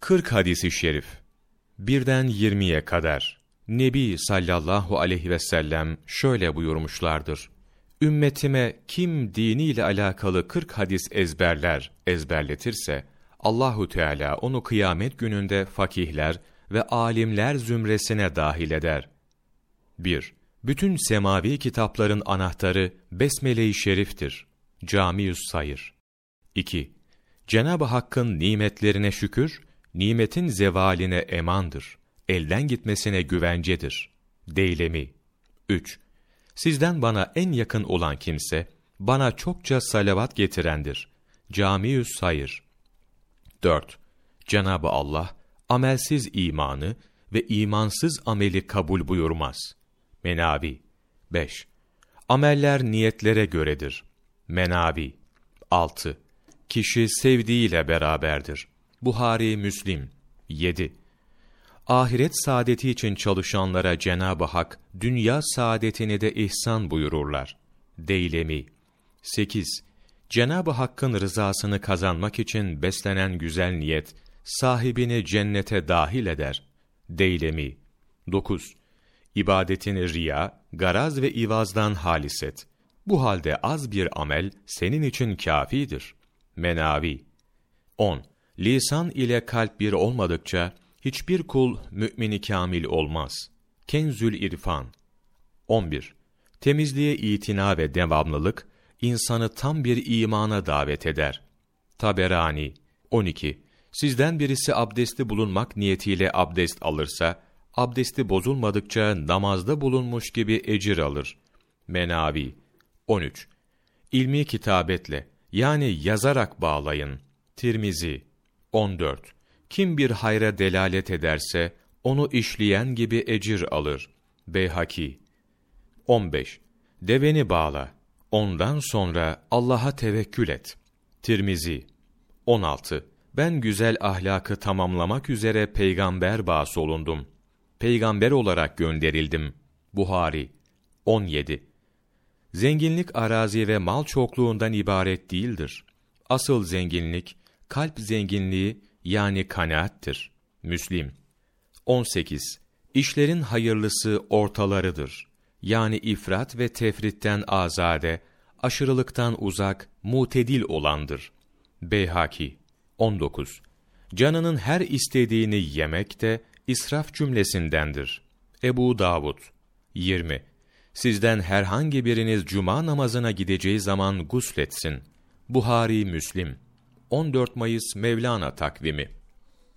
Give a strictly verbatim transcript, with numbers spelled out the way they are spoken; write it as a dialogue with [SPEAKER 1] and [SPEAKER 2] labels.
[SPEAKER 1] kırk hadisi şerif, birden yirmiye kadar Nebi sallallahu aleyhi ve sellem şöyle buyurmuşlardır: Ümmetime kim diniyle alakalı kırk hadis ezberler, ezberletirse, Allahu Teala onu kıyamet gününde fakihler ve alimler zümresine dahil eder. bir. Bütün semavi kitapların anahtarı Besmele-i Şerif'tir. Cami-ü's Sayır. iki. Cenab-ı Hakk'ın nimetlerine şükür, nimetin zevaline emandır. Elden gitmesine güvencedir. Deylemi. üç. Sizden bana en yakın olan kimse, bana çokça salavat getirendir. Cami-ü's Sayır. dört. Cenab-ı Allah, amelsiz imanı ve imansız ameli kabul buyurmaz. Menavi. beş. Ameller niyetlere göredir. Menavi. altı. Kişi sevdiğiyle beraberdir. Buhari, Müslim. yedi. Ahiret saadeti için çalışanlara Cenab-ı Hak, dünya saadetini de ihsan buyururlar. Deylemi. sekiz. Cenab-ı Hakk'ın rızasını kazanmak için beslenen güzel niyet, sahibini cennete dahil eder. Deylemi. dokuz. İbadetini riya, garaz ve ivazdan halis et. Bu halde az bir amel senin için kâfidir. Menavi. on. Lisan ile kalp bir olmadıkça, hiçbir kul mü'min-i kâmil olmaz. Kenzül İrfan. on bir. Temizliğe itina ve devamlılık, insanı tam bir imana davet eder. Taberani. on iki. Sizden birisi abdesti bulunmak niyetiyle abdest alırsa, abdesti bozulmadıkça namazda bulunmuş gibi ecir alır. Menavi. on üç. İlmi kitabetle, yani yazarak bağlayın. Tirmizi. on dört. Kim bir hayra delalet ederse, onu işleyen gibi ecir alır. Beyhaki. on beş. Deveni bağla. Ondan sonra Allah'a tevekkül et. Tirmizi. on altı. Ben güzel ahlakı tamamlamak üzere peygamber bâsolundum. Peygamber olarak gönderildim. Buhari. on yedi. Zenginlik arazi ve mal çokluğundan ibaret değildir. Asıl zenginlik, kalp zenginliği yani kanaattir. Müslim. on sekiz. İşlerin hayırlısı ortalarıdır. Yani ifrat ve tefritten azade, aşırılıktan uzak, mutedil olandır. Beyhaki. on dokuz. Canının her istediğini yemek de israf cümlesindendir. Ebu Davud. yirmi. Sizden herhangi biriniz cuma namazına gideceği zaman gusletsin. Buhari, Müslim. on dört Mayıs Mevlana takvimi.